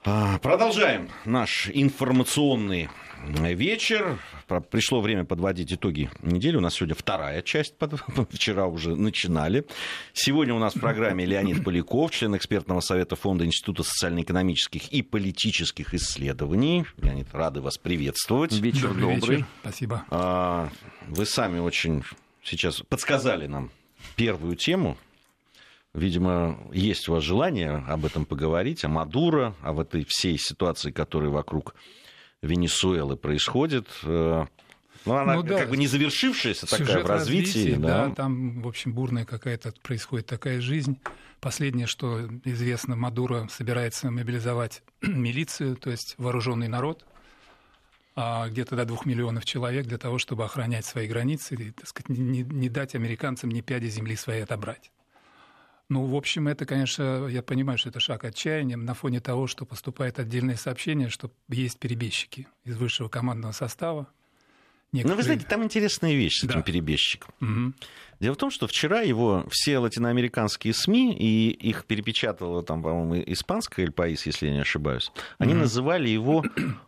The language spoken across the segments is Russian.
Продолжаем наш информационный вечер. Пришло время подводить итоги недели. У нас сегодня вторая часть. Вчера уже начинали. Сегодня у нас в программе Леонид Поляков, член экспертного совета Фонда Института социально-экономических и политических исследований. Леонид, рады вас приветствовать. Вечер добрый. Спасибо. Вы сами очень сейчас подсказали нам первую тему. Видимо, есть у вас желание об этом поговорить, о Мадуро, об этой всей ситуации, которая вокруг Венесуэлы происходит. Она как бы не завершившаяся такая в развитии. Да, там, в общем, бурная какая-то происходит такая жизнь. Последнее, что известно, Мадуро собирается мобилизовать милицию, то есть вооруженный народ, где-то до 2 миллионов человек, для того, чтобы охранять свои границы и, так сказать, не дать американцам ни пяди земли своей отобрать. Ну, в общем, это, конечно, я понимаю, что это шаг отчаяния на фоне того, что поступает отдельное сообщение, что есть перебежчики из высшего командного состава. Ну, вы знаете, там интересная вещь с этим перебежчиком. Угу. Дело в том, что вчера его все латиноамериканские СМИ, и их перепечатала, там, по-моему, испанская «Эль Паис», если я не ошибаюсь, они называли его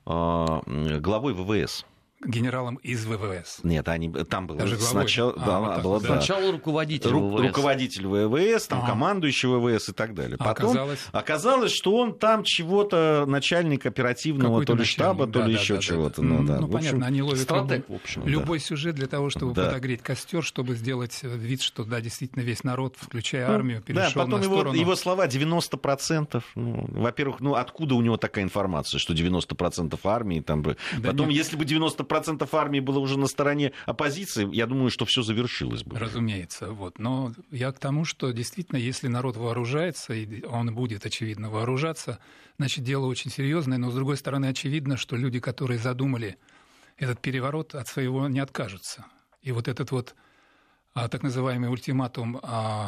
главой ВВС. Генералом из ВВС. Нет, там было сначала... Сначала руководитель ВВС. Руководитель ВВС, там, командующий ВВС и так далее. Потом оказалось, что он там чего-то, начальник оперативного какой-то то ли штаба, то ли еще чего-то. Ну, понятно, они ловят стратег, любой сюжет для того, чтобы подогреть костер, чтобы сделать вид, что, да, действительно, весь народ, включая армию, перешел на сторону. Потом его слова 90%. Во-первых, откуда у него такая информация, что 90% армии там бы... Потом, если бы 90% армии было уже на стороне оппозиции, я думаю, что все завершилось бы. Разумеется. Вот. Но я к тому, что действительно, если народ вооружается, и он будет, очевидно, вооружаться, значит, дело очень серьезное. Но, с другой стороны, очевидно, что люди, которые задумали этот переворот, от своего не откажутся. И вот этот вот так называемый ультиматум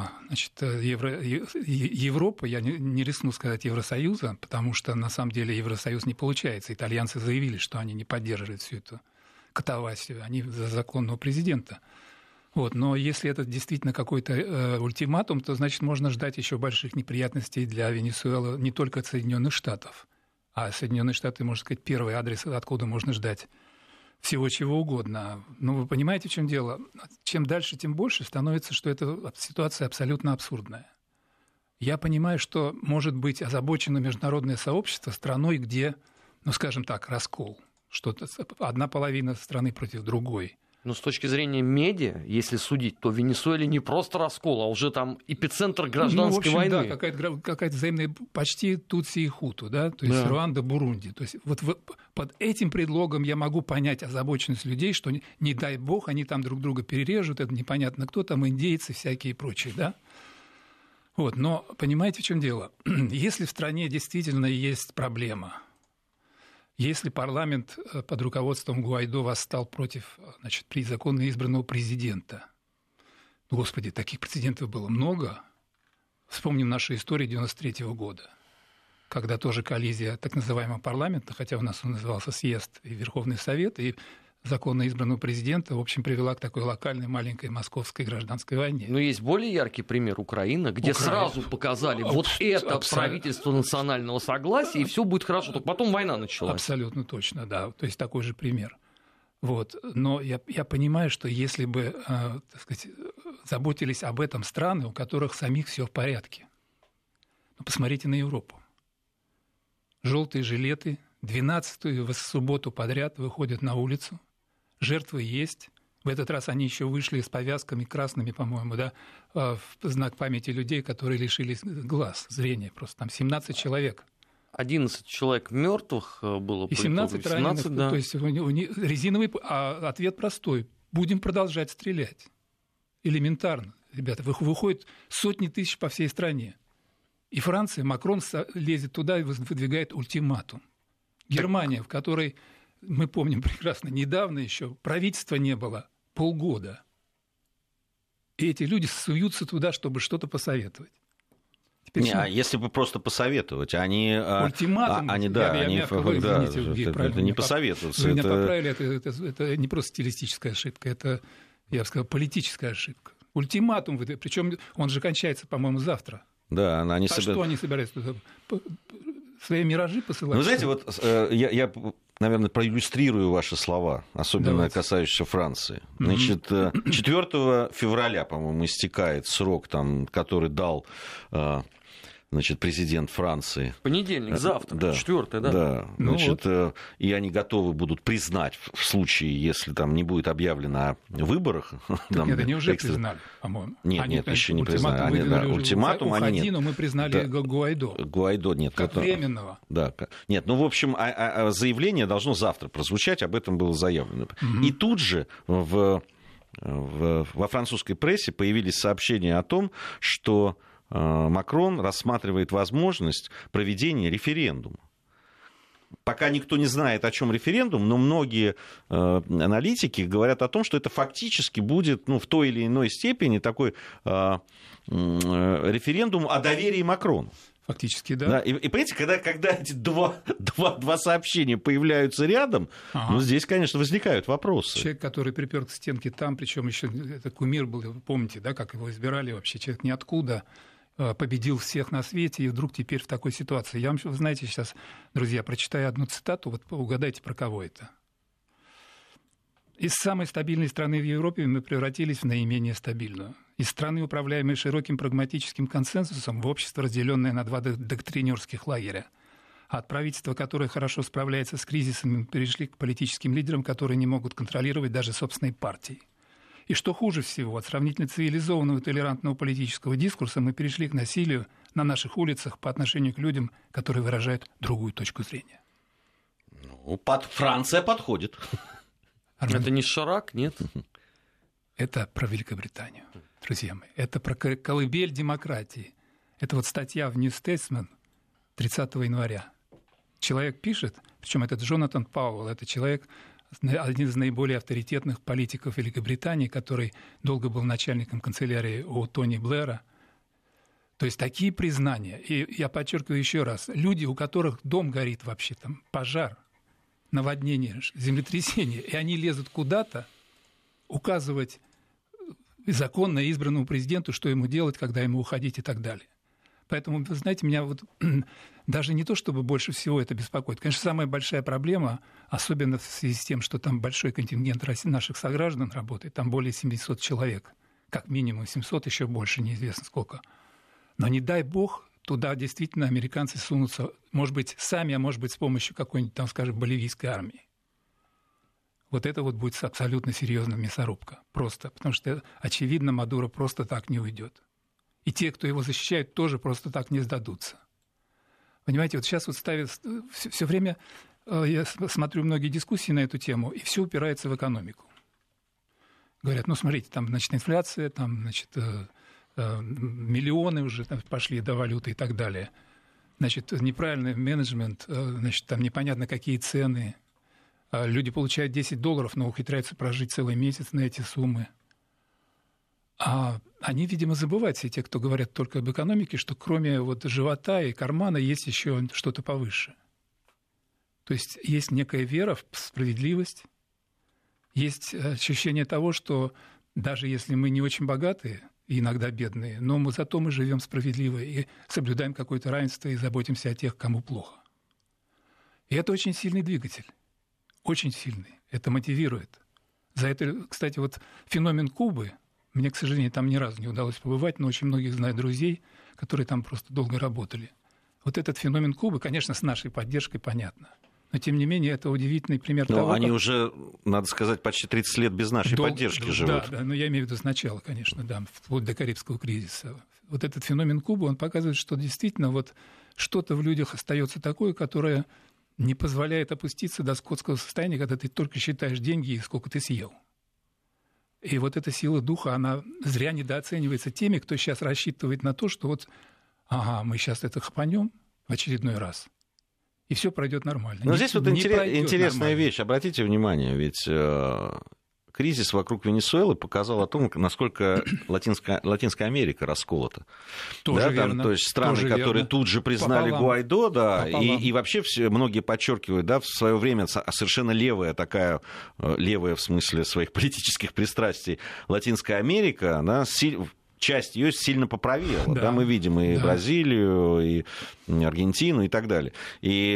Европы, я не рискну сказать Евросоюза, потому что на самом деле Евросоюз не получается. Итальянцы заявили, что они не поддерживают всю эту катавасию, они за законного президента. Вот. Но если это действительно какой-то ультиматум, то, значит, можно ждать еще больших неприятностей для Венесуэлы не только от Соединенных Штатов, а Соединенные Штаты, можно сказать, первый адрес, откуда можно ждать всего чего угодно. Но вы понимаете, в чем дело? Чем дальше, тем больше становится, что эта ситуация абсолютно абсурдная. Я понимаю, что может быть озабочено международное сообщество страной, где, скажем так, раскол. Что-то одна половина страны против другой. Но с точки зрения медиа, если судить, то в Венесуэле не просто раскол, а уже там эпицентр гражданской войны. Да, какая-то взаимная, почти Тутси и Хуту, да, то есть Руанда, Бурунди. То есть вот под этим предлогом я могу понять озабоченность людей, что, не дай бог, они там друг друга перережут, это непонятно кто там, индейцы всякие и прочие, да. Вот, но понимаете, в чем дело? Если в стране действительно есть проблема, если парламент под руководством Гуайдо восстал против, значит, законно избранного президента, господи, таких прецедентов было много. Вспомним нашу историю 1993 года, когда тоже коллизия так называемого парламента, хотя у нас он назывался съезд и Верховный Совет, и законно избранного президента, в общем, привела к такой локальной маленькой московской гражданской войне. Но есть более яркий пример Украины, где сразу показали вот это правительство национального согласия, и все будет хорошо. Только потом война началась. Абсолютно точно, да. То есть такой же пример. Вот. Но я понимаю, что если бы, так сказать, заботились об этом страны, у которых самих все в порядке. Посмотрите на Европу. Желтые жилеты 12-ю субботу подряд выходят на улицу. Жертвы есть. В этот раз они еще вышли с повязками красными, по-моему, да, в знак памяти людей, которые лишились глаз, зрения. Просто там 17 человек. 11 человек мертвых было. И 17 раненых. Да. То есть резиновый... А ответ простой. Будем продолжать стрелять. Элементарно. Ребята, выходят сотни тысяч по всей стране. И Франция, Макрон лезет туда и выдвигает ультиматум. Германия, в которой, мы помним прекрасно, недавно еще правительства не было полгода. И эти люди суются туда, чтобы что-то посоветовать. А если бы просто посоветовать, они... Ультиматум, это не посоветоваться. Вы меня поправили, это не просто стилистическая ошибка, это, я бы сказал, политическая ошибка. Ультиматум, причем он же кончается, по-моему, завтра. Да, что они собираются? свои миражи посылать. Ну, знаете, вот я, наверное, проиллюстрирую ваши слова, особенно касающиеся Франции. Значит, 4 февраля, по-моему, истекает срок, там, который дал... Значит, президент Франции. Понедельник, завтра, 4-е, да? Да. Значит, и они готовы будут признать в случае, если там не будет объявлено о выборах. Нет, они уже признали, по-моему. Нет, еще не признали. Ультиматум они нет. Мы признали Гуайдо. Гуайдо нет. Как временного. Да. Нет, ну, в общем, заявление должно завтра прозвучать, об этом было заявлено. И тут же во французской прессе появились сообщения о том, что Макрон рассматривает возможность проведения референдума. Пока никто не знает, о чем референдум, но многие аналитики говорят о том, что это фактически будет, в той или иной степени такой референдум о доверии Макрону. Фактически, да. И понимаете, когда эти два сообщения появляются рядом, здесь, конечно, возникают вопросы. Человек, который припер к стенке там, причем еще это кумир был, вы помните, да, как его избирали вообще, человек ниоткуда, победил всех на свете, и вдруг теперь в такой ситуации. Я вам, вы знаете, сейчас, друзья, прочитаю одну цитату, вот угадайте, про кого это. «Из самой стабильной страны в Европе мы превратились в наименее стабильную. Из страны, управляемой широким прагматическим консенсусом, в общество, разделенное на 2 доктринерских лагеря. От правительства, которое хорошо справляется с кризисом, мы перешли к политическим лидерам, которые не могут контролировать даже собственные партии. И что хуже всего, от сравнительно цивилизованного и толерантного политического дискурса мы перешли к насилию на наших улицах по отношению к людям, которые выражают другую точку зрения». Франция подходит. Это не Ширак, нет? Это про Великобританию, друзья мои. Это про колыбель демократии. Это вот статья в New Statesman 30 января. Человек пишет, причем это Джонатан Пауэлл, это человек, один из наиболее авторитетных политиков Великобритании, который долго был начальником канцелярии у Тони Блэра. То есть такие признания. И я подчеркиваю еще раз, люди, у которых дом горит вообще, там пожар, наводнение, землетрясение, и они лезут куда-то указывать законно избранному президенту, что ему делать, когда ему уходить и так далее. Поэтому, вы знаете, меня вот даже не то, чтобы больше всего это беспокоит. Конечно, самая большая проблема, особенно в связи с тем, что там большой контингент наших сограждан работает, там более 700 человек, как минимум 700, еще больше, неизвестно сколько. Но не дай бог, туда действительно американцы сунутся, может быть, сами, а может быть, с помощью какой-нибудь, там, скажем, боливийской армии. Вот это вот будет абсолютно серьезная мясорубка. Просто. Потому что, очевидно, Мадуро просто так не уйдет. И те, кто его защищает, тоже просто так не сдадутся. Понимаете, вот сейчас вот ставят все время, я смотрю многие дискуссии на эту тему, и все упирается в экономику. Говорят, смотрите, там, значит, инфляция, там, значит, миллионы уже там пошли до валюты и так далее. Значит, неправильный менеджмент, значит, там непонятно какие цены. Люди получают $10, но ухитряются прожить целый месяц на эти суммы. А они, видимо, забывают, все те, кто говорят только об экономике, что кроме вот живота и кармана есть еще что-то повыше. То есть есть некая вера в справедливость, есть ощущение того, что даже если мы не очень богатые, и иногда бедные, но зато мы живем справедливо и соблюдаем какое-то равенство и заботимся о тех, кому плохо. И это очень сильный двигатель. Очень сильный. Это мотивирует. За это, кстати, вот феномен Кубы, мне, к сожалению, там ни разу не удалось побывать, но очень многих знаю друзей, которые там просто долго работали. Вот этот феномен Кубы, конечно, с нашей поддержкой понятно. Но, тем не менее, это удивительный пример того, они как... уже, надо сказать, почти 30 лет без нашей поддержки живут. Да, но я имею в виду сначала, конечно, да, вплоть до Карибского кризиса. Вот этот феномен Кубы, он показывает, что действительно вот что-то в людях остается такое, которое не позволяет опуститься до скотского состояния, когда ты только считаешь деньги и сколько ты съел. И вот эта сила духа, она зря недооценивается теми, кто сейчас рассчитывает на то, что вот, мы сейчас это хапанем в очередной раз, и все пройдет нормально. Но здесь вот интересная вещь, обратите внимание, ведь кризис вокруг Венесуэлы показал о том, насколько Латинская Америка расколота. Тоже верно. То есть страны, которые тут же признали Гуайдо, да, и вообще многие подчеркивают, да, в свое время совершенно левая в смысле своих политических пристрастий, Латинская Америка, она часть ее сильно поправила. Да. Да, мы видим и Бразилию, и Аргентину и так далее. И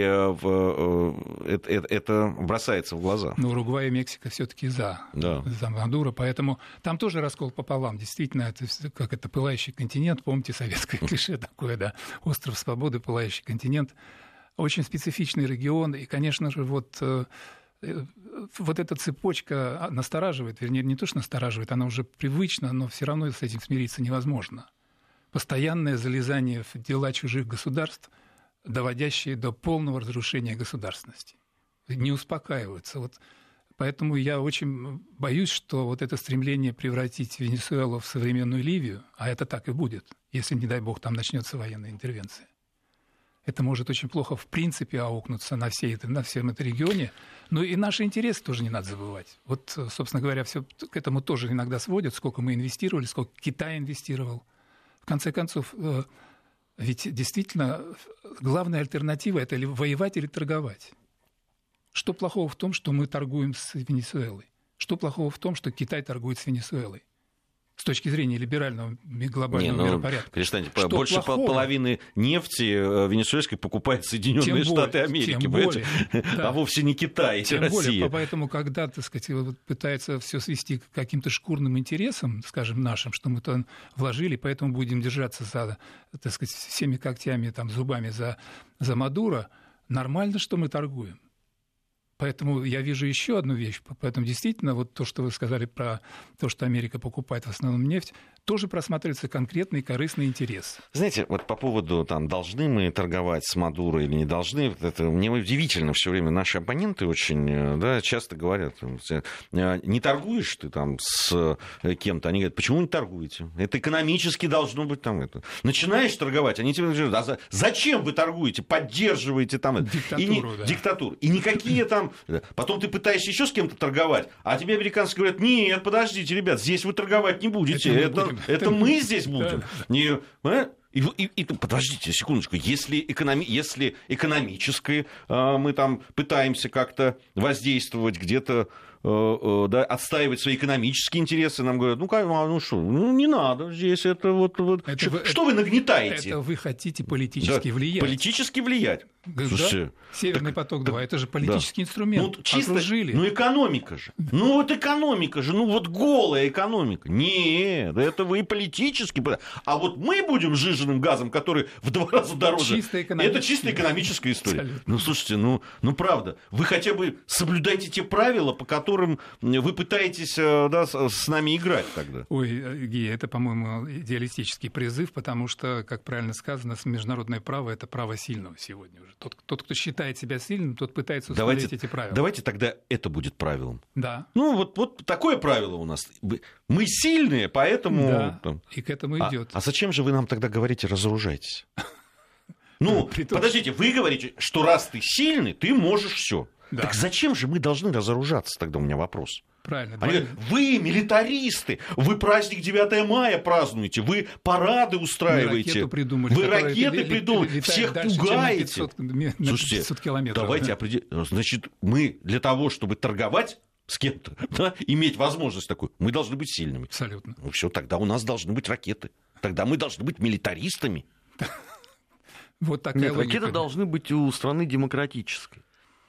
это бросается в глаза. Но Уругвай и Мексика все-таки за Мадуро, поэтому там тоже раскол пополам. Действительно, это пылающий континент, помните советское клише такое, да, остров свободы, пылающий континент. Очень специфичный регион, и, конечно же, вот эта цепочка настораживает, вернее, не то, что настораживает, она уже привычна, но все равно с этим смириться невозможно. Постоянное залезание в дела чужих государств, доводящие до полного разрушения государственности. Не успокаиваются. Вот поэтому я очень боюсь, что вот это стремление превратить Венесуэлу в современную Ливию, а это так и будет, если, не дай бог, там начнется военная интервенция. Это может очень плохо в принципе аукнуться на всем этом регионе. Но и наши интересы тоже не надо забывать. Вот, собственно говоря, все к этому тоже иногда сводят, сколько мы инвестировали, сколько Китай инвестировал. В конце концов, ведь действительно главная альтернатива – это воевать или торговать. Что плохого в том, что мы торгуем с Венесуэлой? Что плохого в том, что Китай торгует с Венесуэлой? С точки зрения либерального глобального миропорядка. Перестаньте, больше половины нефти венесуэльской покупает Соединенные Штаты Америки, а вовсе не Китай и Россия. Более, поэтому, когда, так сказать, пытаются все свести к каким-то шкурным интересам, скажем, нашим, что мы то вложили, поэтому будем держаться за, так сказать, всеми когтями, там, зубами за Мадуро, нормально, что мы торгуем. Поэтому я вижу еще одну вещь. Поэтому действительно, вот то, что вы сказали про то, что Америка покупает в основном нефть, тоже просматривается конкретный корыстный интерес. Знаете, вот по поводу, там, должны мы торговать с Мадуро или не должны, это мне удивительно все время. Наши оппоненты очень, да, часто говорят, не торгуешь ты там с кем-то, они говорят, почему не торгуете? Это экономически должно быть там это. Начинаешь торговать, они тебе говорят, а зачем вы торгуете, поддерживаете там диктатуру. И никакие там... Потом ты пытаешься еще с кем-то торговать, а тебе американцы говорят, нет, подождите, ребят, здесь вы торговать не будете, это мы здесь будем. И подождите секундочку, если экономически мы там пытаемся как-то воздействовать где-то, да, отстаивать свои экономические интересы, нам говорят, не надо здесь, это вот что вы нагнетаете? Это вы хотите политически влиять. Политически влиять. Слушайте, Северный поток-2, это же политический инструмент. Окружили. Экономика же. Экономика же, голая экономика. Нет, это вы политически. А вот мы будем сжиженным газом, который в 2 раза дороже. Это чисто экономическая история. Абсолютно. Слушайте, правда, вы хотя бы соблюдайте те правила, по которым вы пытаетесь, да, с нами играть тогда. Ой, Гия, это, по-моему, идеалистический призыв, потому что, как правильно сказано, международное право – это право сильного сегодня уже. Тот, кто считает себя сильным, тот пытается установить эти правила. Давайте тогда это будет правилом. Да. Вот такое правило у нас. Мы сильные, поэтому... Да, и к этому идет. А зачем же вы нам тогда говорите «разоружайтесь»? Подождите, вы говорите, что раз ты сильный, ты можешь все. Да. Так зачем же мы должны разоружаться, тогда у меня вопрос. Правильно. Они говорят, вы милитаристы, вы праздник 9 мая празднуете, вы парады устраиваете, вы ракеты придумали, всех пугаете. Слушайте, 500 километров. Давайте определим. Значит, мы для того, чтобы торговать с кем-то, да, иметь возможность такую, мы должны быть сильными. Абсолютно. Все, тогда у нас должны быть ракеты. Тогда мы должны быть милитаристами. Вот такая логика. Ракеты должны быть у страны демократической.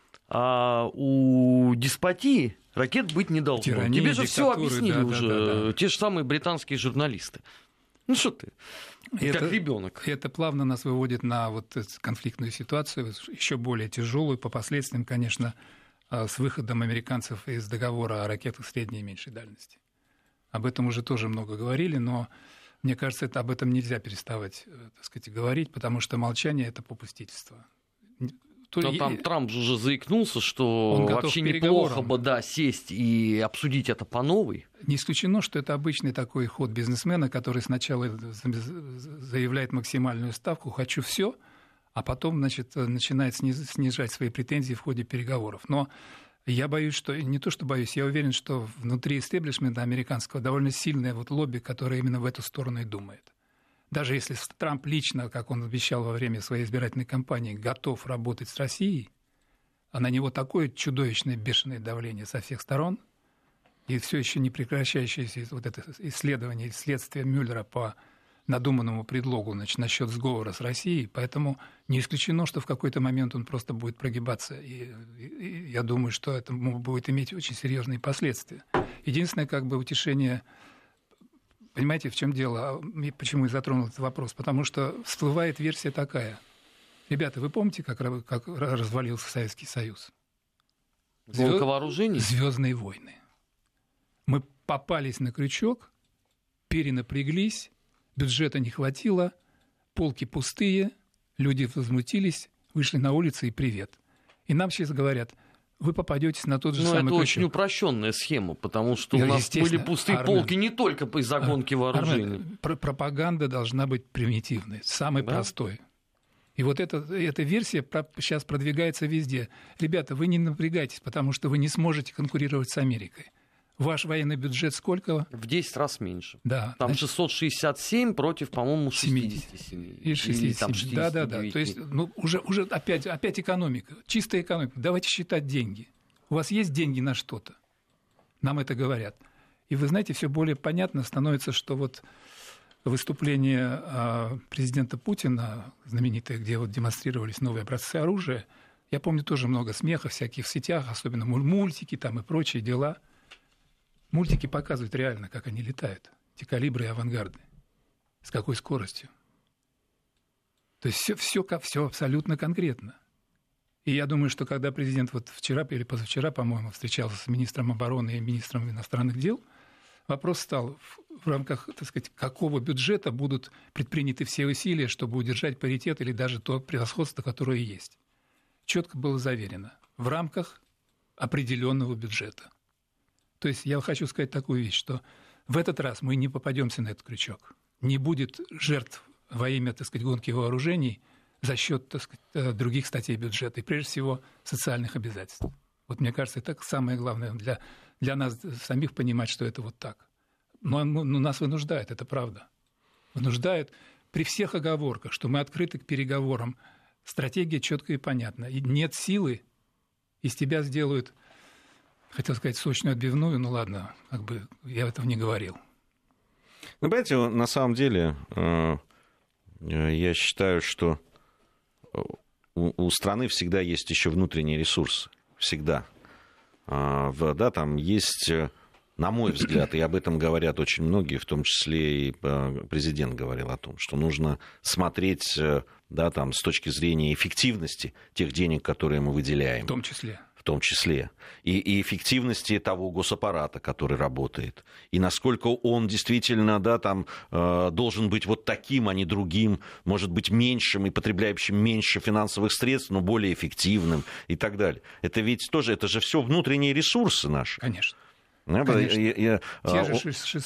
А у деспотии ракет быть не должно. Тирании, тебе же все объяснили уже. Те же самые британские журналисты. Что ты? Как ребенок. Это плавно нас выводит на вот конфликтную ситуацию, еще более тяжелую по последствиям, конечно, с выходом американцев из договора о ракетах средней и меньшей дальности. Об этом уже тоже много говорили, но мне кажется, об этом нельзя переставать, так сказать, говорить, потому что молчание – это попустительство. Но там Трамп же уже заикнулся, что вообще неплохо бы сесть и обсудить это по новой. Не исключено, что это обычный такой ход бизнесмена, который сначала заявляет максимальную ставку «хочу все», а потом, начинает снижать свои претензии в ходе переговоров. Но я боюсь, что... Не то, что боюсь, я уверен, что внутри истеблишмента американского довольно сильное лобби, которое именно в эту сторону и думает. Даже если Трамп лично, как он обещал во время своей избирательной кампании, готов работать с Россией, а на него такое чудовищное бешеное давление со всех сторон, и все еще не прекращающееся вот это исследование, следствие Мюллера по надуманному предлогу, значит, насчет сговора с Россией, поэтому не исключено, что в какой-то момент он просто будет прогибаться, и я думаю, что это будет иметь очень серьезные последствия. Единственное, как бы, утешение, понимаете, в чем дело, почему я затронул этот вопрос, потому что всплывает версия такая. Ребята, вы помните, как развалился Советский Союз? Гонка вооружений? Звездные войны. Мы попались на крючок, перенапряглись, бюджета не хватило, полки пустые, люди возмутились, вышли на улицы и привет. И нам сейчас говорят, вы попадетесь на тот же самый крючок. Это очень упрощенная схема, потому что у нас были пустые полки не только из-за гонки вооружений. Пропаганда должна быть примитивной, самой простой. И вот эта версия сейчас продвигается везде. Ребята, вы не напрягайтесь, потому что вы не сможете конкурировать с Америкой. Ваш военный бюджет сколько? В 10 раз меньше. Да. Там 667 против, по-моему, 67. И 67. Да. То есть уже опять экономика, чистая экономика. Давайте считать деньги. У вас есть деньги на что-то? Нам это говорят. И вы знаете, все более понятно становится, что вот выступление президента Путина, знаменитое, где вот демонстрировались новые образцы оружия, я помню тоже много смеха всяких в сетях, особенно мультики там и прочие дела. Мультики показывают реально, как они летают, эти калибры и авангарды, с какой скоростью. То есть все абсолютно конкретно. И я думаю, что когда президент вот вчера или позавчера, по-моему, встречался с министром обороны и министром иностранных дел, вопрос стал в рамках, так сказать, какого бюджета будут предприняты все усилия, чтобы удержать паритет или даже то превосходство, которое есть. Четко было заверено в рамках определенного бюджета. То есть я хочу сказать такую вещь, что в этот раз мы не попадемся на этот крючок. Не будет жертв во имя, так сказать, гонки вооружений за счет, так сказать, других статей бюджета и, прежде всего, социальных обязательств. Вот мне кажется, это самое главное для нас самих понимать, что это вот так. Но нас вынуждает, это правда. Вынуждает при всех оговорках, что мы открыты к переговорам. Стратегия четкая и понятна. И нет силы, из тебя сделают... Хотел сказать сочную отбивную, ну ладно, как бы я этого не говорил. Ну, понимаете, на самом деле, я считаю, что у страны всегда есть еще внутренние ресурсы. Всегда. Да, там есть, на мой взгляд, и об этом говорят очень многие, в том числе и президент говорил о том, что нужно смотреть, да, там, с точки зрения эффективности тех денег, которые мы выделяем. В том числе. И эффективности того госаппарата, который работает, и насколько он действительно, да, там, должен быть вот таким, а не другим, может быть меньшим и потребляющим меньше финансовых средств, но более эффективным и так далее. Это ведь тоже, это же все внутренние ресурсы наши. Конечно. Те же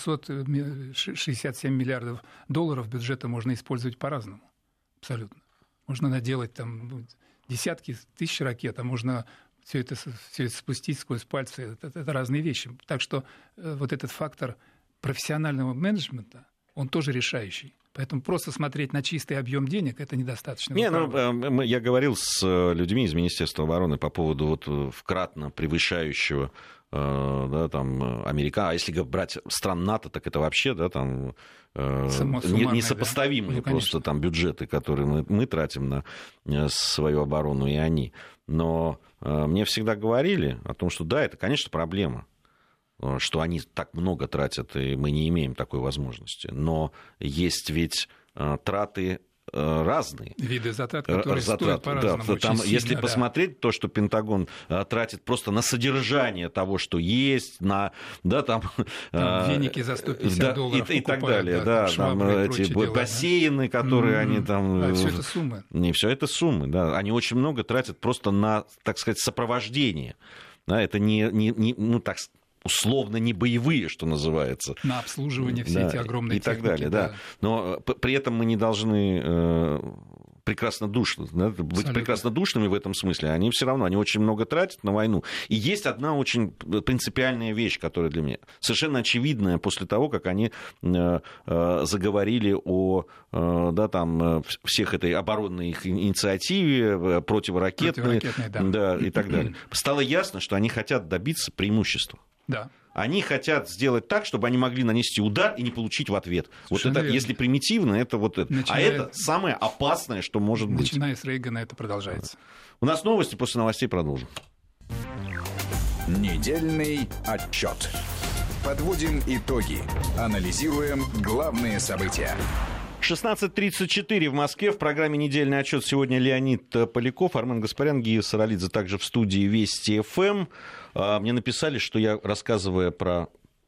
667 миллиардов долларов бюджета можно использовать по-разному. Абсолютно. Можно наделать там десятки тысяч ракет, а можно... Все это спустить сквозь пальцы, это разные вещи. Так что вот этот фактор профессионального менеджмента, он тоже решающий. Поэтому просто смотреть на чистый объем денег это недостаточно. Я говорил с людьми из Министерства обороны по поводу вот вкратно превышающего, да, там, Америка. А если брать стран НАТО, так это вообще, да, там, несопоставимые, да? Просто там бюджеты, которые мы тратим на свою оборону, и они. Но мне всегда говорили о том, что да, это, конечно, проблема, что они так много тратят, и мы не имеем такой возможности. Но есть ведь траты разные. Виды затрат, которые стоят по-разному. Да, там, если посмотреть то, что Пентагон тратит просто на содержание того, что есть, на, да, там веники за $150 и так далее, да, там эти бассейны, которые они там... Все это суммы. Не все это суммы, да. Они очень много тратят просто на, так сказать, сопровождение. Да, это не так условно не боевые, что называется. На обслуживание все эти огромные техники. И так далее, да. Но при этом мы не должны прекраснодушны, да, быть прекраснодушными в этом смысле. Они все равно, они очень много тратят на войну. И есть одна очень принципиальная вещь, которая для меня совершенно очевидная после того, как они заговорили о, да, там, всех этой оборонной их инициативе, противоракетной, да, и так далее. Стало ясно, что они хотят добиться преимущества. Да. Они хотят сделать так, чтобы они могли нанести удар и не получить в ответ. Совершенно вот это, верно. Если примитивно, это вот это. А это самое опасное, что может быть. Начиная с Рейгана это продолжается. У нас новости, после новостей продолжим. Недельный отчет. Подводим итоги. Анализируем главные события. 16:34 в Москве. В программе «Недельный отчет» сегодня Леонид Поляков, Армен Гаспарян, Гия Саралидзе также в студии Вести ФМ. Мне написали, что я, рассказывая про...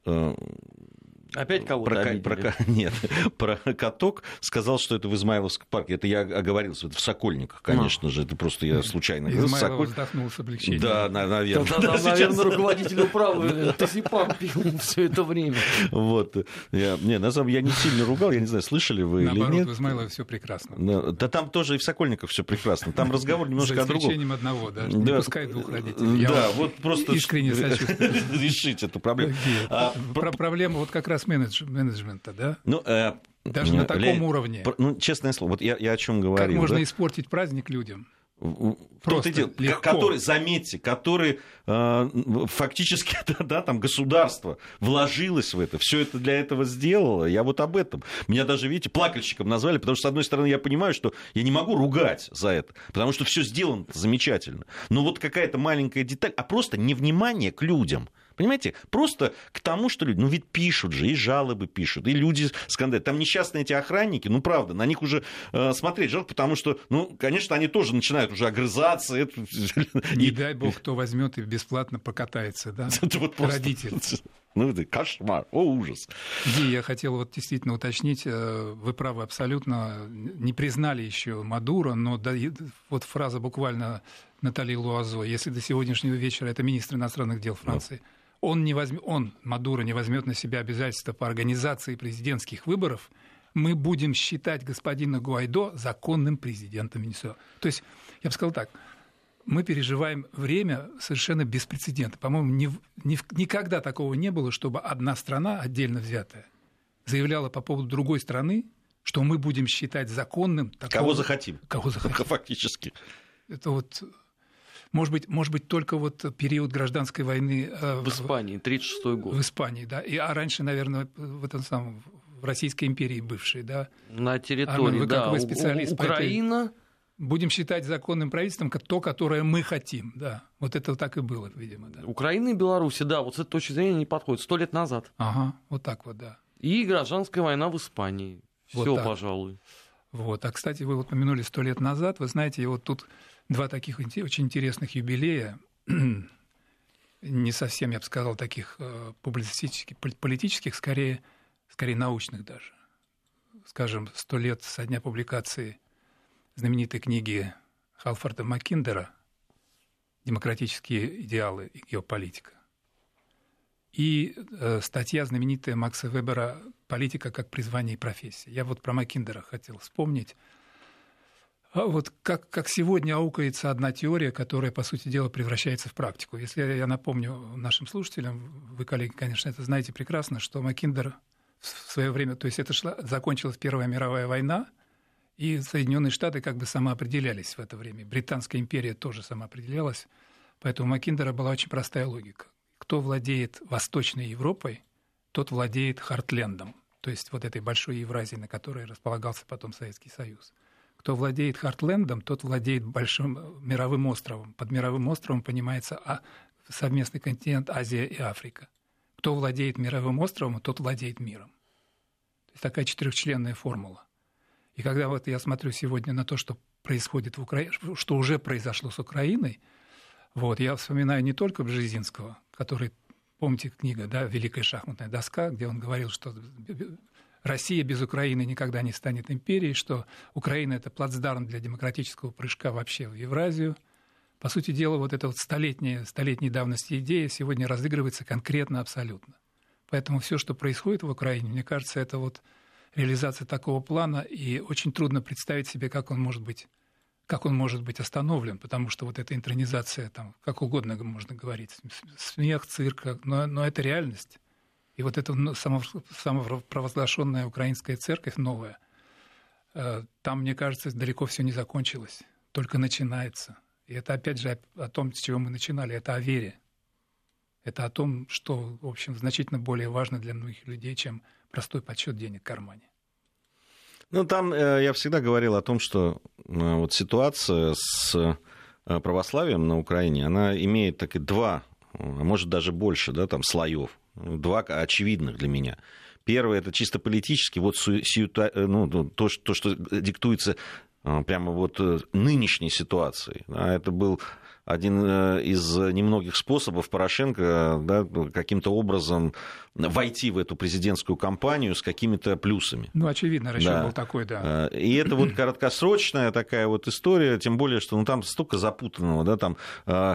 Опять кого-то обидели? Нет, про каток сказал, что это в Измайловском парке. Это я оговорился, это в Сокольниках, конечно же. Это просто я случайно говорил. Измайлов вздохнул с облегчением. Да, наверное. Тогда, наверное, руководитель управы Тосипан пил все это время. Вот. Я не сильно ругал, я не знаю, слышали вы или нет. Наоборот, в Измайлове все прекрасно. Да там тоже и в Сокольниках все прекрасно. Там разговор немножко о другом. За исключением одного, да, не пускай двух родителей. Да, вот просто... Искренне сочувствую. Решить эту проблему. Проблема вот как раз менеджмента, да? Даже на таком уровне. Честное слово, вот я о чем говорил. Как можно испортить праздник людям? Просто легко. Который фактически там государство вложилось в это, все это для этого сделало. Я вот об этом. Меня даже, видите, плакальщиком назвали, потому что, с одной стороны, я понимаю, что я не могу ругать за это, потому что все сделано замечательно. Но вот какая-то маленькая деталь, а просто невнимание к людям. Понимаете? Просто к тому, что люди, ведь пишут же, и жалобы пишут, и люди скандалят. Там несчастные эти охранники, правда, на них уже смотреть жалко, потому что, конечно, они тоже начинают уже огрызаться. Не дай бог, кто возьмет и бесплатно покатается, да? Родитель. Это кошмар, ужас. И я хотел действительно уточнить, вы правы абсолютно, не признали еще Мадуро, но вот фраза буквально Натальи Луазо, если до сегодняшнего вечера, это министр иностранных дел Франции, Мадуро, не возьмет на себя обязательства по организации президентских выборов, мы будем считать господина Гуайдо законным президентом Венесуэлы. То есть, я бы сказал так, мы переживаем время совершенно без прецедента. По-моему, никогда такого не было, чтобы одна страна, отдельно взятая, заявляла по поводу другой страны, что мы будем считать законным... Кого захотим. Фактически. Это вот... Может быть, только период гражданской войны... В Испании, 1936 год. В Испании, да. А раньше, наверное, в Российской империи бывшей, да. На территории, Армен, да. Вы специалист Украина... Будем считать законным правительством то, которое мы хотим, да. Вот это так и было, видимо, да. Украина и Беларусь, да, вот с этой точки зрения не подходит. 100 лет назад. Ага, вот так вот, да. И гражданская война в Испании. Все, пожалуй. Вот. А, кстати, вы упомянули 100 лет назад. Вы знаете, вот тут два таких очень интересных юбилея. Не совсем, я бы сказал, таких публицистических, политических, скорее научных даже. Скажем, 100 лет со дня публикации знаменитой книги Халфорда Маккиндера «Демократические идеалы и геополитика». И статья знаменитая Макса Вебера «Политика как призвание и профессия». Я вот про Маккиндера хотел вспомнить. А вот как сегодня аукается одна теория, которая, по сути дела, превращается в практику. Если я напомню нашим слушателям, вы, коллеги, конечно, это знаете прекрасно, что Маккиндер в свое время, то есть закончилась Первая мировая война, и Соединенные Штаты как бы самоопределялись в это время. Британская империя тоже самоопределялась. Поэтому у Маккиндера была очень простая логика. Кто владеет Восточной Европой, тот владеет Хартлендом, то есть вот этой большой Евразией, на которой располагался потом Советский Союз. Кто владеет Хартлендом, тот владеет большим мировым островом. Под мировым островом понимается совместный континент Азия и Африка. Кто владеет мировым островом, тот владеет миром. То есть такая четырехчленная формула. И когда вот я смотрю сегодня на то, что происходит в Украине, что уже произошло с Украиной, вот, я вспоминаю не только Бжезинского, который, помните, книга, да, «Великая шахматная доска», где он говорил, что Россия без Украины никогда не станет империей, что Украина – это плацдарм для демократического прыжка вообще в Евразию. По сути дела, вот эта вот столетней давности идея сегодня разыгрывается конкретно абсолютно. Поэтому все, что происходит в Украине, мне кажется, это вот реализация такого плана, и очень трудно представить себе, как он может быть остановлен, потому что вот эта интронизация, там, как угодно можно говорить, смех, цирк, но это реальность. И вот эта самопровозглашенная украинская церковь новая, там, мне кажется, далеко все не закончилось, только начинается. И это, опять же, о том, с чего мы начинали, это о вере. Это о том, что, в общем, значительно более важно для многих людей, чем простой подсчет денег в кармане. Ну, там я всегда говорил о том, что вот ситуация с православием на Украине, она имеет так и два, а может даже больше, да, там, слоев. Два очевидных для меня. Первое, это чисто политически, вот то, что диктуется прямо вот нынешней ситуацией. Это был один из немногих способов Порошенко, да, каким-то образом войти в эту президентскую кампанию с какими-то плюсами. Ну, очевидно, расчет был такой, да. И это вот краткосрочная такая вот история, тем более, что там столько запутанного, да, там,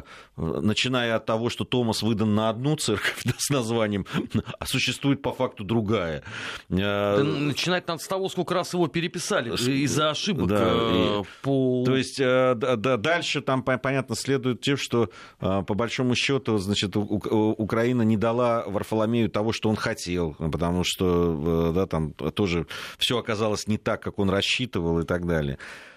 начиная от того, что Томос выдан на одну церковь, да, с названием, а существует по факту другая. Да, начинать надо с того, сколько раз его переписали из-за ошибок. Да, То есть дальше там, понятно, следует тем, что по большому счету, значит, Украина не дала Варфоломею того, что он хотел, потому что, да, там тоже все оказалось не так, как он рассчитывал и так далее.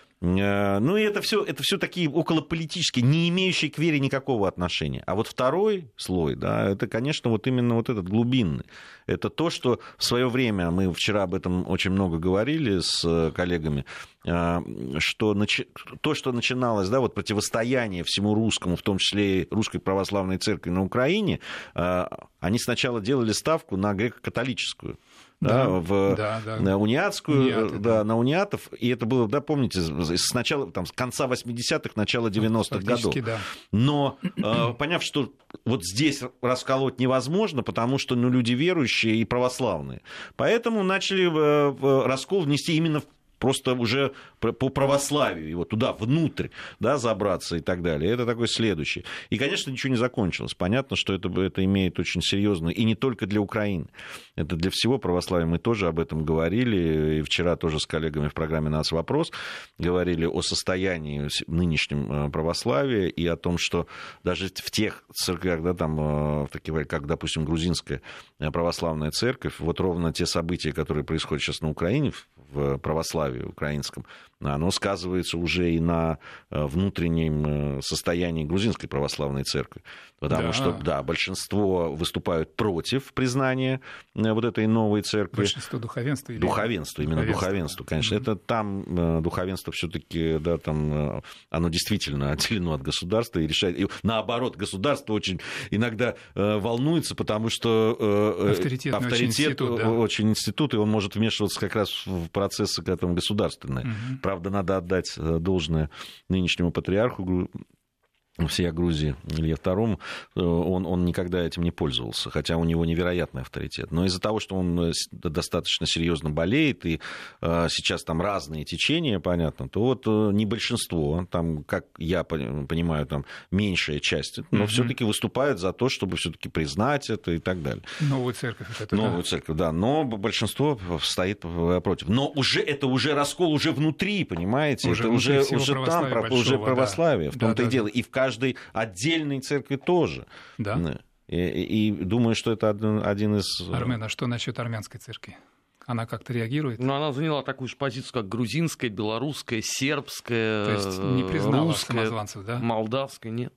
Ну и это все такие околополитические, не имеющие к вере никакого отношения. А вот второй слой, да, это, конечно, вот именно вот этот глубинный. Это то, что в свое время, мы вчера об этом очень много говорили с коллегами, что то, что начиналось, да, вот противостояние всему русскому, в том числе и Русской Православной Церкви на Украине, они сначала делали ставку на греко-католическую. Да, на униатскую, на униатов. И это было, да, помните, сначала, там, с конца 80-х, начала 90-х годов. Да. Но поняв, что вот здесь расколоть невозможно, потому что люди верующие и православные. Поэтому начали раскол внести именно просто уже по православию, его туда, внутрь, да, забраться и так далее. Это такой следующий. И, конечно, ничего не закончилось. Понятно, что это имеет очень серьезную, и не только для Украины, это для всего православия. Мы тоже об этом говорили, и вчера тоже с коллегами в программе «Нац. Вопрос» говорили о состоянии нынешнем православия и о том, что даже в тех церквях, да, там, как, допустим, грузинская православная церковь, вот ровно те события, которые происходят сейчас на Украине, в православии украинском, оно сказывается уже и на внутреннем состоянии грузинской православной церкви. Потому что, да, большинство выступают против признания вот этой новой церкви. Большинство духовенства? Именно духовенство, конечно. Это там духовенство все-таки, да, там оно действительно отделено от государства и решает. И наоборот, государство очень иногда волнуется, потому что авторитет очень институт, и он может вмешиваться как раз в процессы там, государственные. Правда, надо отдать должное нынешнему патриарху всея Грузии, Илье II, он никогда этим не пользовался, хотя у него невероятный авторитет. Но из-за того, что он достаточно серьезно болеет, и сейчас там разные течения, понятно, то вот не большинство, там, как я понимаю, там меньшая часть, но все-таки выступают за то, чтобы все-таки признать это и так далее. Новую церковь. Новую церковь, да. Но большинство стоит против. Но это уже раскол уже внутри, понимаете? Это уже там, уже православие, в том-то и дело. И в каждой отдельной церкви тоже. Да. И думаю, что это один из... Армен, а что насчет армянской церкви? Она как-то реагирует? Ну, она заняла такую же позицию, как грузинская, белорусская, сербская, то есть не признала русская, самозванцев, да? Молдавская, нет.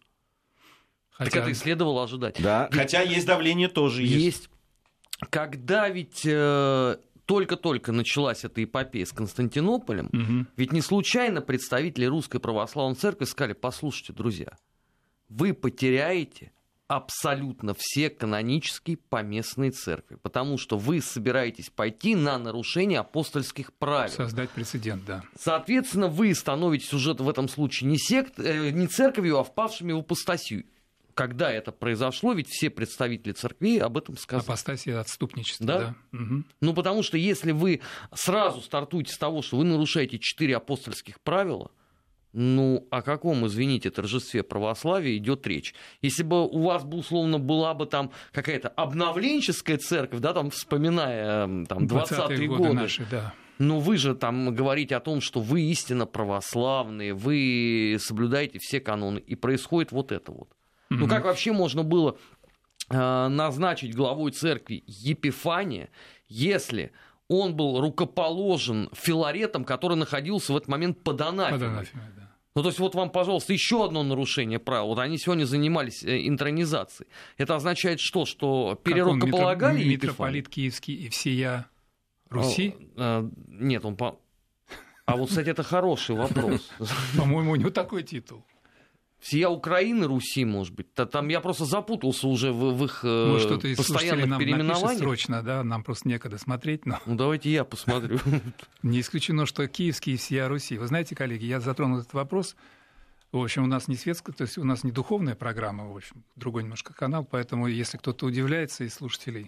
Так это и следовало ожидать. Да, хотя есть давление тоже. Есть. Когда ведь... только-только началась эта эпопея с Константинополем, ведь не случайно представители Русской Православной Церкви сказали: послушайте, друзья, вы потеряете абсолютно все канонические поместные церкви, потому что вы собираетесь пойти на нарушение апостольских правил. Создать прецедент, да. Соответственно, вы становитесь уже в этом случае не церковью, а впавшими в апостасию. Когда это произошло, ведь все представители церкви об этом сказали. Апостасия, отступничество, да? Ну, потому что если вы сразу стартуете с того, что вы нарушаете 4 апостольских правила, ну, о каком, извините, торжестве православия идет речь? Если бы у вас, условно, была бы там какая-то обновленческая церковь, да, там, вспоминая там, 20-е годы наши, да. Но вы же там говорите о том, что вы истинно православные, вы соблюдаете все каноны, и происходит вот это вот. Ну, как вообще можно было назначить главой церкви Епифания, если он был рукоположен Филаретом, который находился в этот момент под анафемой? Да. Ну, то есть, вот вам, пожалуйста, еще одно нарушение правил. Вот они сегодня занимались интронизацией. Это означает что? Что перерукополагали Епифания? Митрополит Киевский и всея Руси? Нет, он... А вот, кстати, это хороший вопрос. По-моему, у него такой титул. Всея Украины, Руси, может быть. Там я просто запутался уже в их постоянных переименованиях. Срочно, да, нам просто некогда смотреть. Но... Ну, давайте я посмотрю. Не исключено, что Киевский и всея Руси. Вы знаете, коллеги, я затронул этот вопрос. В общем, у нас не светская, то есть у нас не духовная программа, в общем, другой немножко канал, поэтому если кто-то удивляется из слушателей,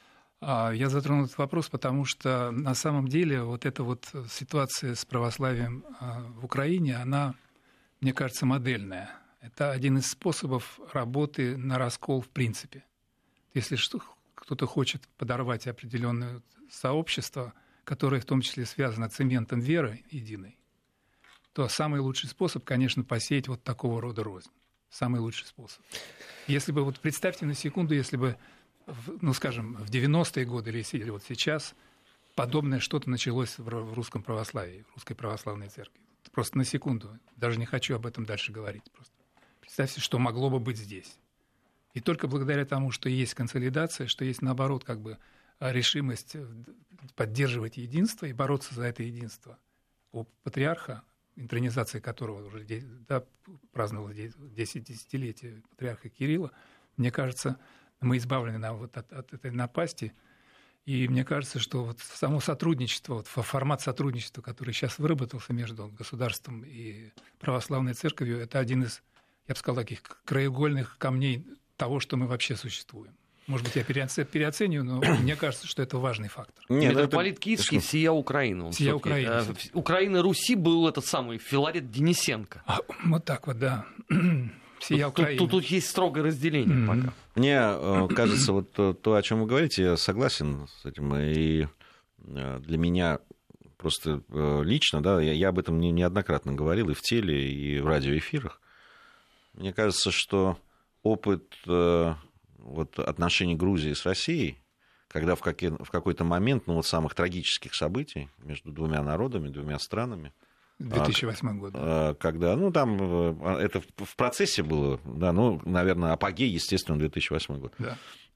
я затронул этот вопрос, потому что на самом деле вот эта вот ситуация с православием в Украине, она, мне кажется, модельная. Это один из способов работы на раскол в принципе. Если кто-то хочет подорвать определенное сообщество, которое в том числе связано цементом веры единой, то самый лучший способ, конечно, посеять вот такого рода рознь. Самый лучший способ. Если бы, вот представьте на секунду, если бы, ну, скажем, в 90-е годы или вот сейчас подобное что-то началось в русском православии, в русской православной церкви. Просто на секунду. Даже не хочу об этом дальше говорить. Просто представьте, что могло бы быть здесь. И только благодаря тому, что есть консолидация, что есть, наоборот, как бы решимость поддерживать единство и бороться за это единство. У патриарха, интронизация которого уже праздновалась 10 десятилетия патриарха Кирилла, мне кажется, мы избавлены от этой напасти. И мне кажется, что вот само сотрудничество, вот формат сотрудничества, который сейчас выработался между государством и православной церковью, это один из, я бы сказал, таких краеугольных камней того, что мы вообще существуем. Может быть, я переоцениваю, но мне кажется, что это важный фактор. Митрополит Киевский, всея Украина. Всея Украина. Украина Руси был этот самый Филарет Денисенко. Вот так вот, да. Всея Украина. Тут есть строгое разделение пока. Мне кажется, вот то, о чем вы говорите, я согласен с этим. И для меня просто лично, да, я об этом неоднократно говорил и в теле, и в радиоэфирах. Мне кажется, что опыт вот, отношений Грузии с Россией, когда в какой-то момент, ну, вот самых трагических событий между двумя народами, двумя странами, 2008 год. Когда, ну, там это в процессе было, да, ну, наверное, апогей, естественно, 2008 год. Да.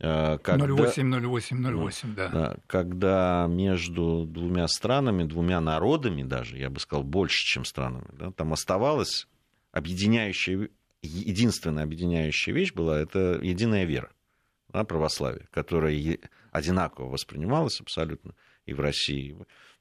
08, да. Когда между двумя странами, двумя народами даже, я бы сказал, больше, чем странами, да, там оставалась единственная объединяющая вещь была, это единая вера, да, православие, которая одинаково воспринималась абсолютно и в России,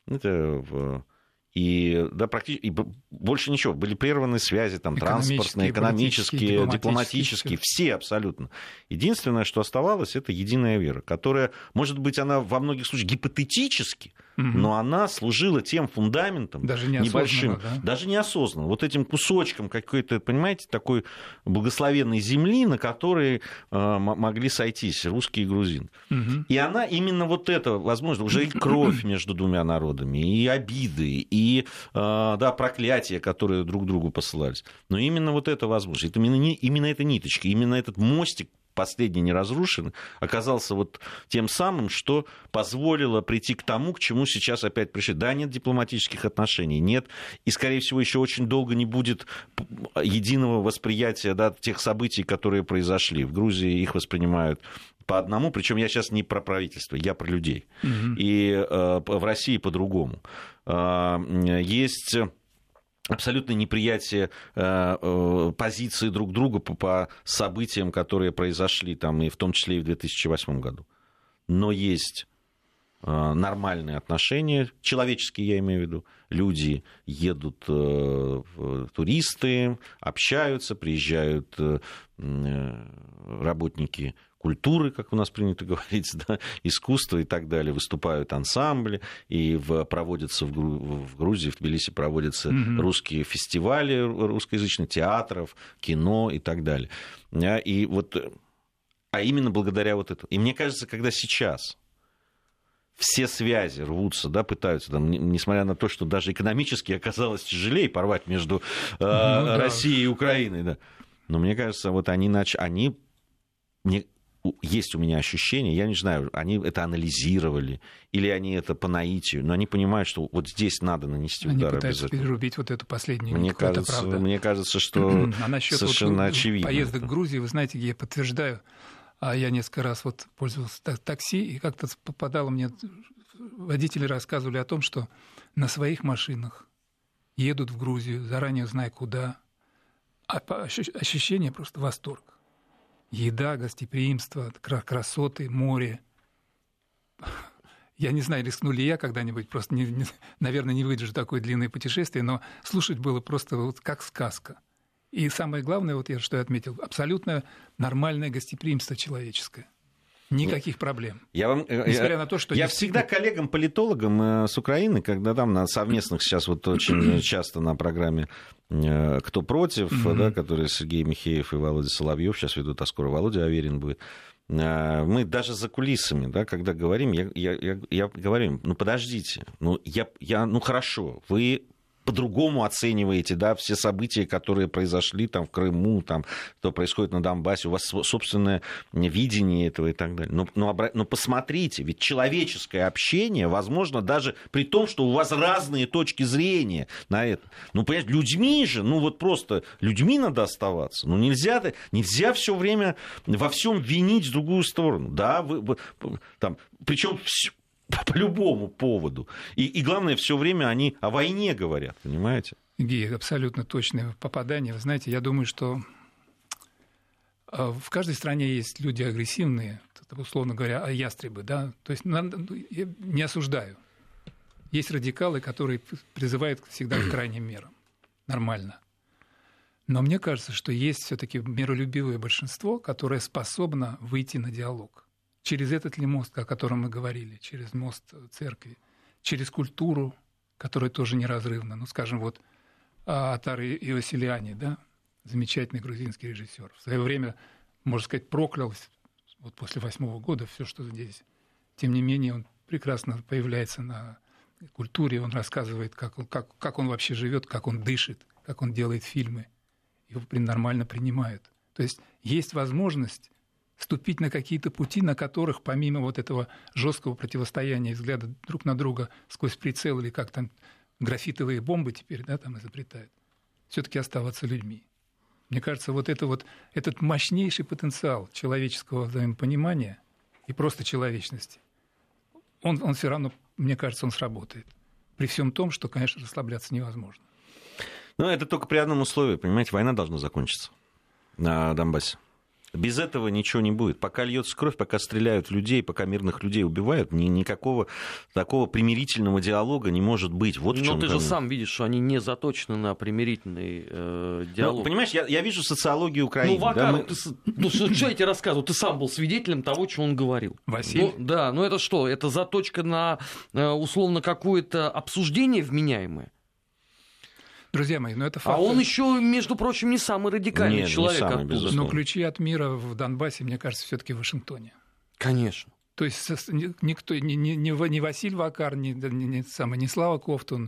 и, да, практически, и больше ничего. Были прерваны связи там, транспортные, экономические, дипломатические, все абсолютно. Единственное, что оставалось, это единая вера, которая, может быть, она во многих случаях гипотетически, но она служила тем фундаментом даже небольшим, да? даже неосознанно, вот этим кусочком какой-то, понимаете, такой благословенной земли, на которой могли сойтись русские и грузины. И она именно вот это, возможно, уже и кровь между двумя народами, и обиды, и проклятия, которые друг другу посылались. Но именно вот это возможно. Это именно эта ниточка, именно этот мостик, последний не разрушен, оказался вот тем самым, что позволило прийти к тому, к чему сейчас опять пришли. Да, нет дипломатических отношений, нет, и, скорее всего, еще очень долго не будет единого восприятия, да, тех событий, которые произошли. В Грузии их воспринимают по одному, причем я сейчас не про правительство, я про людей. И в России по-другому. Есть абсолютное неприятие позиции друг друга по событиям, которые произошли, там, и в том числе и в 2008 году. Но есть нормальные отношения, человеческие, я имею в виду. Люди едут, туристы, общаются, приезжают работники культуры, как у нас принято говорить, да, искусства и так далее, выступают ансамбли, и проводятся в Грузии, в Тбилиси проводятся русские фестивали русскоязычных театров, кино и так далее. И вот, а именно благодаря вот этому. И мне кажется, когда сейчас все связи рвутся, да, пытаются, там, несмотря на то, что даже экономически оказалось тяжелее порвать между Россией и Украиной, да. Но мне кажется, вот они есть у меня ощущение, я не знаю, они это анализировали, или они это по наитию, но они понимают, что вот здесь надо нанести удар обязательно. Они пытаются перерубить вот эту последнюю нитку, это правда. Мне кажется, что совершенно очевидно. Поездок в Грузию, вы знаете, я подтверждаю, я несколько раз вот пользовался такси, и как-то попадало мне, водители рассказывали о том, что на своих машинах едут в Грузию, заранее зная куда, а ощущение просто восторг. Еда, гостеприимство, красоты, море. Я не знаю, рискну ли я когда-нибудь, просто, наверное, не выдержу такое длинное путешествие, но слушать было просто вот как сказка. И самое главное, вот что я отметил, абсолютно нормальное гостеприимство человеческое. Никаких проблем. Несмотря на то, что я всегда коллегам-политологам с Украины, когда там на совместных сейчас вот очень часто на программе «Кто против», да, которые Сергей Михеев и Володя Соловьев сейчас ведут, а скоро Володя Аверин будет, мы даже за кулисами, да, когда говорим, я говорю, ну подождите, ну хорошо, вы по-другому оцениваете, да, все события, которые произошли там в Крыму, там, что происходит на Донбассе, у вас собственное видение этого и так далее. Но посмотрите, ведь человеческое общение возможно даже при том, что у вас разные точки зрения на это. Ну, понимаете, людьми же, ну вот просто людьми надо оставаться. Ну, нельзя все время во всем винить в другую сторону. Да, там, причем по любому поводу. И главное, все время они о войне говорят, понимаете? Гея, абсолютно точное попадание. Вы знаете, я думаю, что в каждой стране есть люди агрессивные, условно говоря, ястребы, да, то есть я не осуждаю. Есть радикалы, которые призывают всегда к крайним мерам. Нормально. Но мне кажется, что есть все-таки миролюбивое большинство, которое способно выйти на диалог. Через этот ли мост, о котором мы говорили, через мост церкви, через культуру, которая тоже неразрывна. Ну, скажем, вот Атар Иосилиани, да, замечательный грузинский режиссер, в свое время, можно сказать, проклял вот после 8-го года все, что здесь. Тем не менее, он прекрасно появляется на культуре, он рассказывает, как он вообще живет, как он дышит, как он делает фильмы. Его нормально принимают. То есть возможность ступить на какие-то пути, на которых, помимо вот этого жесткого противостояния, взгляда друг на друга сквозь прицел, или как там графитовые бомбы теперь, да, там изобретают, все-таки оставаться людьми. Мне кажется, вот этот мощнейший потенциал человеческого взаимопонимания и просто человечности, он все равно, мне кажется, он сработает. При всем том, что, конечно, расслабляться невозможно. Но это только при одном условии, понимаете, война должна закончиться на Донбассе. Без этого ничего не будет. Пока льется кровь, пока стреляют в людей, пока мирных людей убивают, никакого такого примирительного диалога не может быть. Вот в чем. Но ты же сам видишь, что они не заточены на примирительный диалог. Ну, понимаешь, я вижу социологию Украины. Ну, Вакаров, что я тебе рассказывал? Ты сам был свидетелем того, что он говорил. Василий? Ну это что? Это заточка на условно какое-то обсуждение вменяемое? Друзья мои, это факт. А он еще, между прочим, не самый радикальный человек оттуда. Но ключи от мира в Донбассе, мне кажется, все-таки в Вашингтоне. Конечно. То есть никто, ни Василий Вакар, ни Слава Ковтун,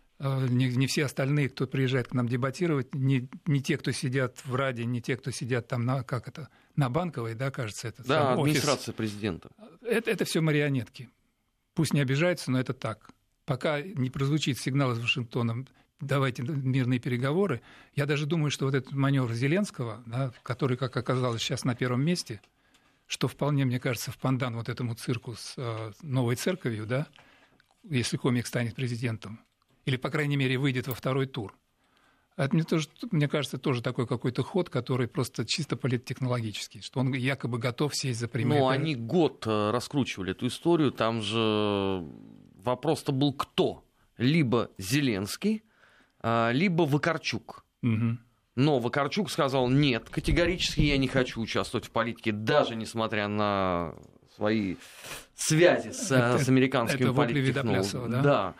не все остальные, кто приезжает к нам дебатировать, не те, кто сидят в Раде, не те, кто сидят там на Банковой, да, кажется, это да, администрация президента. Это все марионетки. Пусть не обижаются, но это так. Пока не прозвучит сигнал из Вашингтона, давайте мирные переговоры. Я даже думаю, что вот этот маневр Зеленского, да, который, как оказалось, сейчас на первом месте, что вполне, мне кажется, в пандан вот этому цирку с новой церковью, да, если комик станет президентом, или, по крайней мере, выйдет во второй тур. Это мне кажется, тоже такой какой-то ход, который просто чисто политтехнологический, что он якобы готов сесть за пример. Ну, они год раскручивали эту историю, там же вопрос-то был кто? Либо Зеленский, либо Вакарчук. Угу. Но Вакарчук сказал, нет, категорически я не хочу участвовать в политике, даже несмотря на свои связи с американскими политтехнологами. Да.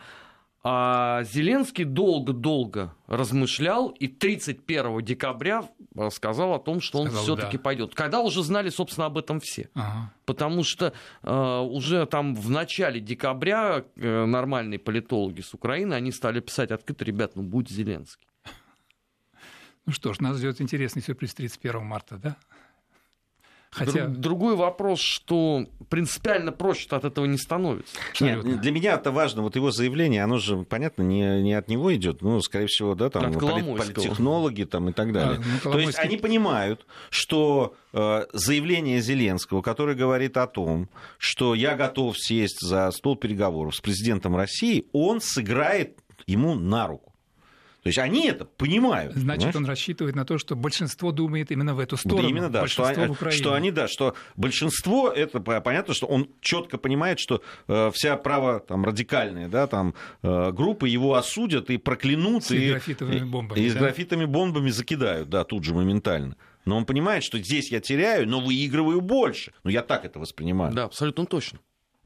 А Зеленский долго-долго размышлял и 31 декабря сказал о том, что он все-таки пойдет. Когда уже знали, собственно, об этом все. Ага. Потому что уже там в начале декабря нормальные политологи с Украины, они стали писать открыто, ребят, ну будь Зеленский. Ну что ж, нас ждет интересный сюрприз 31 марта, да? Хотя... Другой вопрос, что принципиально проще от этого не становится. Нет, для меня это важно. Вот его заявление, оно же, понятно, не от него идет. Ну, скорее всего, да, там политтехнологи там, и так далее. То есть они понимают, что заявление Зеленского, которое говорит о том, что я готов сесть за стол переговоров с президентом России, он сыграет ему на руку. То есть они это понимают. Значит, понимаешь? Он рассчитывает на то, что большинство думает именно в эту сторону. Именно, да, что большинство, это понятно, что он четко понимает, что вся право-радикальная группа его осудят и проклянут. С графитовыми бомбами. И с графитовыми бомбами закидают, да, тут же моментально. Но он понимает, что здесь я теряю, но выигрываю больше. Ну, я так это воспринимаю. Да, абсолютно точно.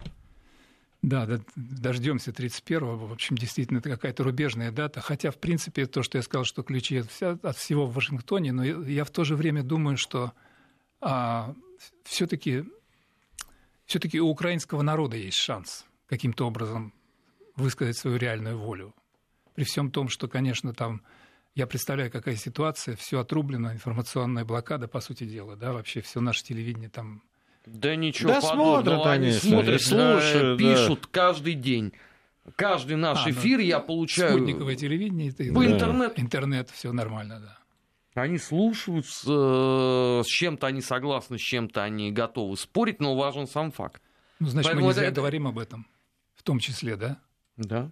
Да, дождемся 31-го. В общем, действительно, это какая-то рубежная дата. Хотя, в принципе, то, что я сказал, что ключи от всего в Вашингтоне, но я в то же время думаю, что все-таки у украинского народа есть шанс каким-то образом высказать свою реальную волю. При всем том, что, конечно, там, я представляю, какая ситуация, все отрублено, информационная блокада, по сути дела, да, вообще все наше телевидение там... Да ничего подобного, они смотрят, слушают, пишут каждый день. Каждый наш эфир я получаю... Спутниковое телевидение. По интернету. Интернет, все нормально, да. Они слушают, с чем-то они согласны, с чем-то они готовы спорить, но важен сам факт. Ну, значит, поэтому мы не зря говорим об этом, в том числе, да? Да.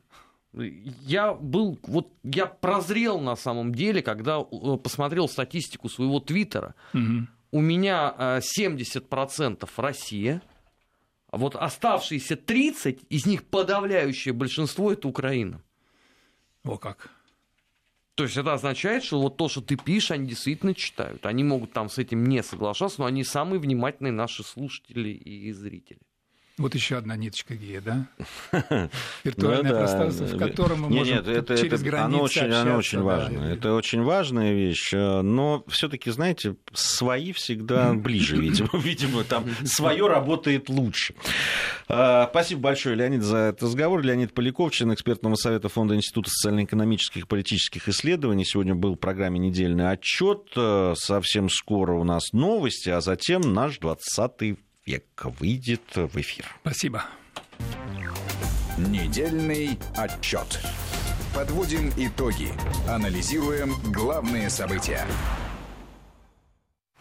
Я прозрел на самом деле, когда посмотрел статистику своего твиттера. Угу. У меня 70% Россия, а вот оставшиеся 30%, из них подавляющее большинство — это Украина. О как. То есть это означает, что вот то, что ты пишешь, они действительно читают. Они могут там с этим не соглашаться, но они самые внимательные наши слушатели и зрители. Вот еще одна ниточка гея, да? Виртуальное пространство, в котором мы можем через границы общаться. Оно очень важно. Это очень важная вещь, но все-таки, знаете, свои всегда ближе, видимо, там свое работает лучше. Спасибо большое, Леонид, за этот разговор. Леонид Поляков, член экспертного совета Фонда Института социально-экономических и политических исследований. Сегодня был в программе «Недельный отчет». Совсем скоро у нас новости, а затем наш 20-й век выйдет в эфир. Спасибо. Недельный отчет. Подводим итоги. Анализируем главные события.